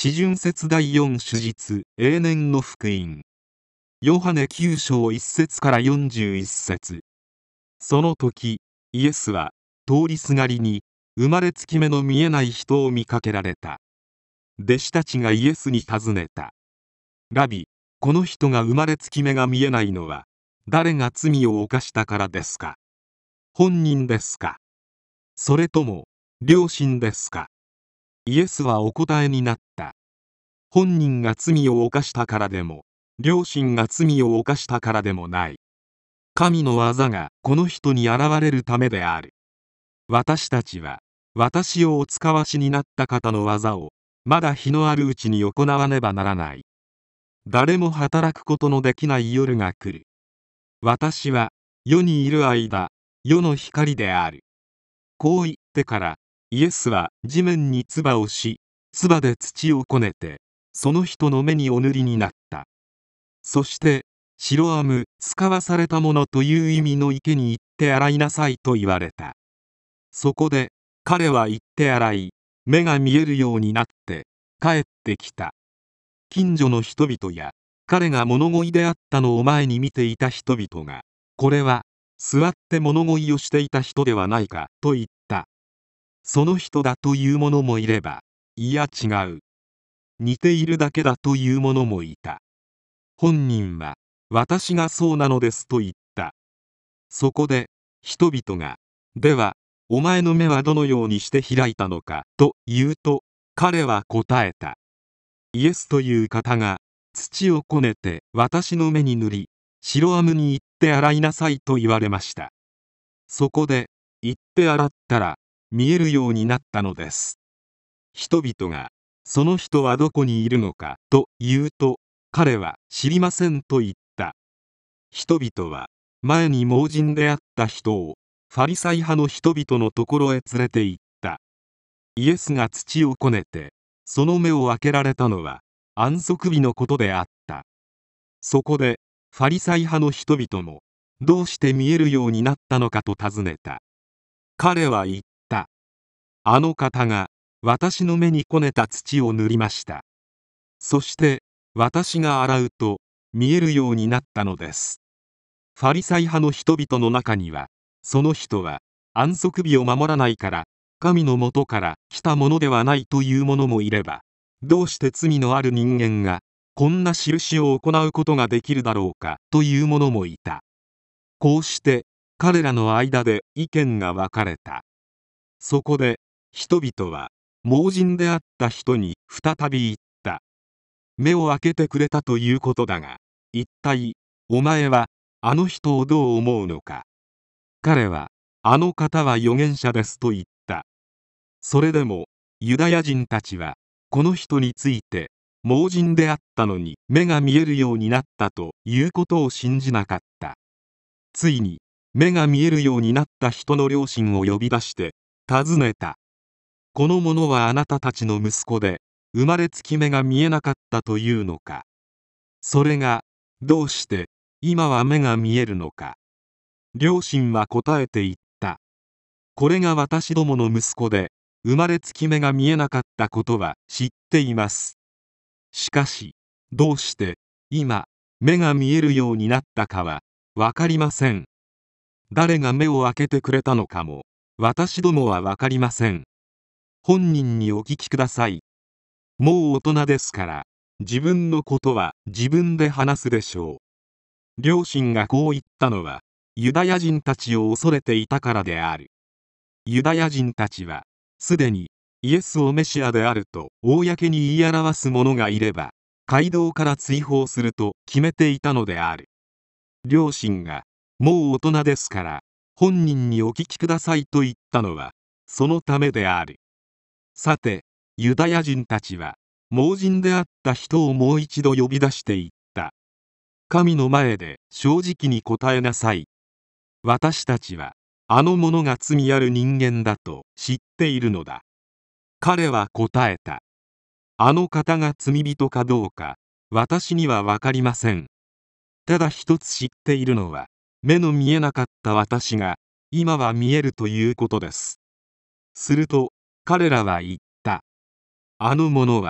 四旬節第4主日永年の福音。ヨハネ9章1節から41節。その時イエスは通りすがりに生まれつき目の見えない人を見かけられた。弟子たちがイエスに尋ねた。ラビ、この人が生まれつき目が見えないのは誰が罪を犯したからですか？本人ですか？それとも両親ですか？イエスはお答えになった。本人が罪を犯したからでも両親が罪を犯したからでもない。神の技がこの人に現れるためである。私たちは私をお使わしになった方の技をまだ日のあるうちに行わねばならない。誰も働くことのできない夜が来る。私は世にいる間世の光である。こう言ってからイエスは地面に唾をし、唾で土をこねてその人の目にお塗りになった。そしてシロアム、使わされたものという意味の池に行って洗いなさいと言われた。そこで彼は行って洗い、目が見えるようになって帰ってきた。近所の人々や彼が物乞いであったのを前に見ていた人々が、これは座って物乞いをしていた人ではないかと言った。その人だという者もいれば、いや違う、似ているだけだという者もいた。本人は私がそうなのですと言った。そこで人々が、ではお前の目はどのようにして開いたのかと言うと、彼は答えた。イエスという方が土をこねて私の目に塗り、シロアムに行って洗いなさいと言われました。そこで行って洗ったら見えるようになったのです。人々が、その人はどこにいるのかと言うと、彼は知りませんと言った。人々は前に盲人であった人をファリサイ派の人々のところへ連れて行った。イエスが土をこねてその目を開けられたのは安息日のことであった。そこでファリサイ派の人々も、どうして見えるようになったのかと尋ねた。彼は言った。あの方が私の目にこねた土を塗りました。そして私が洗うと見えるようになったのです。ファリサイ派の人々の中には、その人は安息日を守らないから神のもとから来たものではないという者もいれば、どうして罪のある人間がこんな印を行うことができるだろうかという者もいた。こうして彼らの間で意見が分かれた。そこで人々は盲人であった人に再び言った。目を開けてくれたということだが、一体お前はあの人をどう思うのか。彼は、あの方は預言者ですと言った。それでもユダヤ人たちはこの人について、盲人であったのに目が見えるようになったということを信じなかった。ついに目が見えるようになった人の両親を呼び出して尋ねた。この者はあなたたちの息子で、生まれつき目が見えなかったというのか。それがどうして今は目が見えるのか。両親は答えて言った。これが私どもの息子で、生まれつき目が見えなかったことは知っています。しかしどうして今目が見えるようになったかは分かりません。誰が目を開けてくれたのかも私どもは分かりません。本人にお聞きください。もう大人ですから自分のことは自分で話すでしょう。両親がこう言ったのはユダヤ人たちを恐れていたからである。ユダヤ人たちはすでにイエスをメシアであると公に言い表す者がいれば街道から追放すると決めていたのである。両親がもう大人ですから本人にお聞きくださいと言ったのはそのためである。さてユダヤ人たちは盲人であった人をもう一度呼び出して言った。神の前で正直に答えなさい。私たちはあの者が罪ある人間だと知っているのだ。彼は答えた。あの方が罪人かどうか私には分かりません。ただ一つ知っているのは、目の見えなかった私が今は見えるということです。すると彼らは言った。あの者は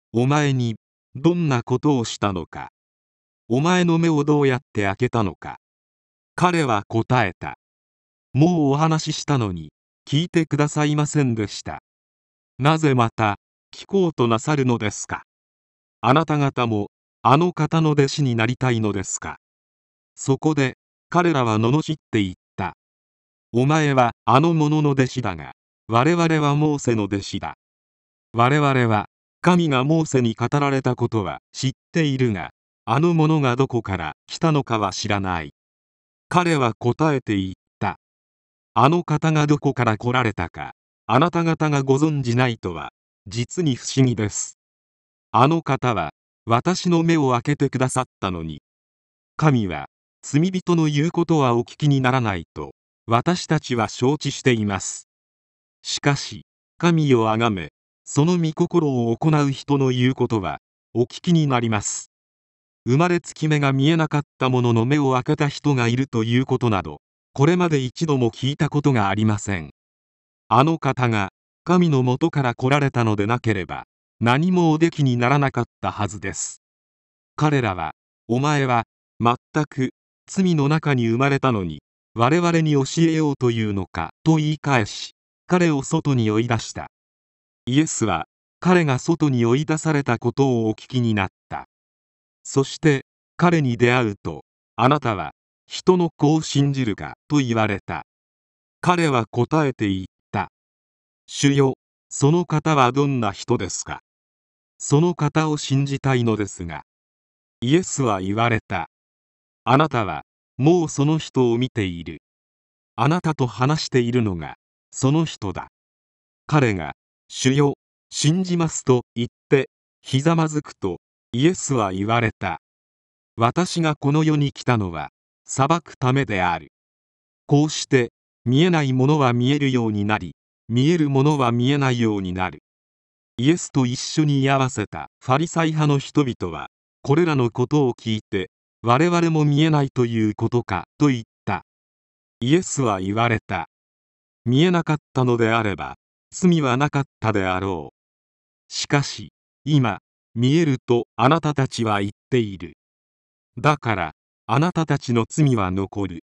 お前にどんなことをしたのか。お前の目をどうやって開けたのか。彼は答えた。もうお話ししたのに聞いてくださいませんでした。なぜまた聞こうとなさるのですか。あなた方もあの方の弟子になりたいのですか。そこで彼らは罵って言った。お前はあの者の弟子だが、我々はモーセの弟子だ。我々は神がモーセに語られたことは知っているが、あの者がどこから来たのかは知らない。彼は答えて言った。あの方がどこから来られたか、あなた方がご存じないとは、実に不思議です。あの方は、私の目を開けてくださったのに、神は、罪人の言うことはお聞きにならないと、私たちは承知しています。しかし、神をあがめ、その御心を行う人の言うことは、お聞きになります。生まれつき目が見えなかった者の目を開けた人がいるということなど、これまで一度も聞いたことがありません。あの方が神のもとから来られたのでなければ、何もおできにならなかったはずです。彼らは、お前は全く罪の中に生まれたのに、我々に教えようというのかと言い返し、彼を外に追い出した。イエスは彼が外に追い出されたことをお聞きになった。そして彼に出会うと、あなたは人の子を信じるかと言われた。彼は答えて言った。主よ、その方はどんな人ですか。その方を信じたいのですが。イエスは言われた。あなたはもうその人を見ている。あなたと話しているのがその人だ。彼が主よ、信じますと言ってひざまずくと、イエスは言われた。私がこの世に来たのは裁くためである。こうして見えないものは見えるようになり、見えるものは見えないようになる。イエスと一緒に居合わせたファリサイ派の人々はこれらのことを聞いて、我々も見えないということかと言った。イエスは言われた。見えなかったのであれば罪はなかったであろう。しかし今見えるとあなたたちは言っている。だからあなたたちの罪は残る。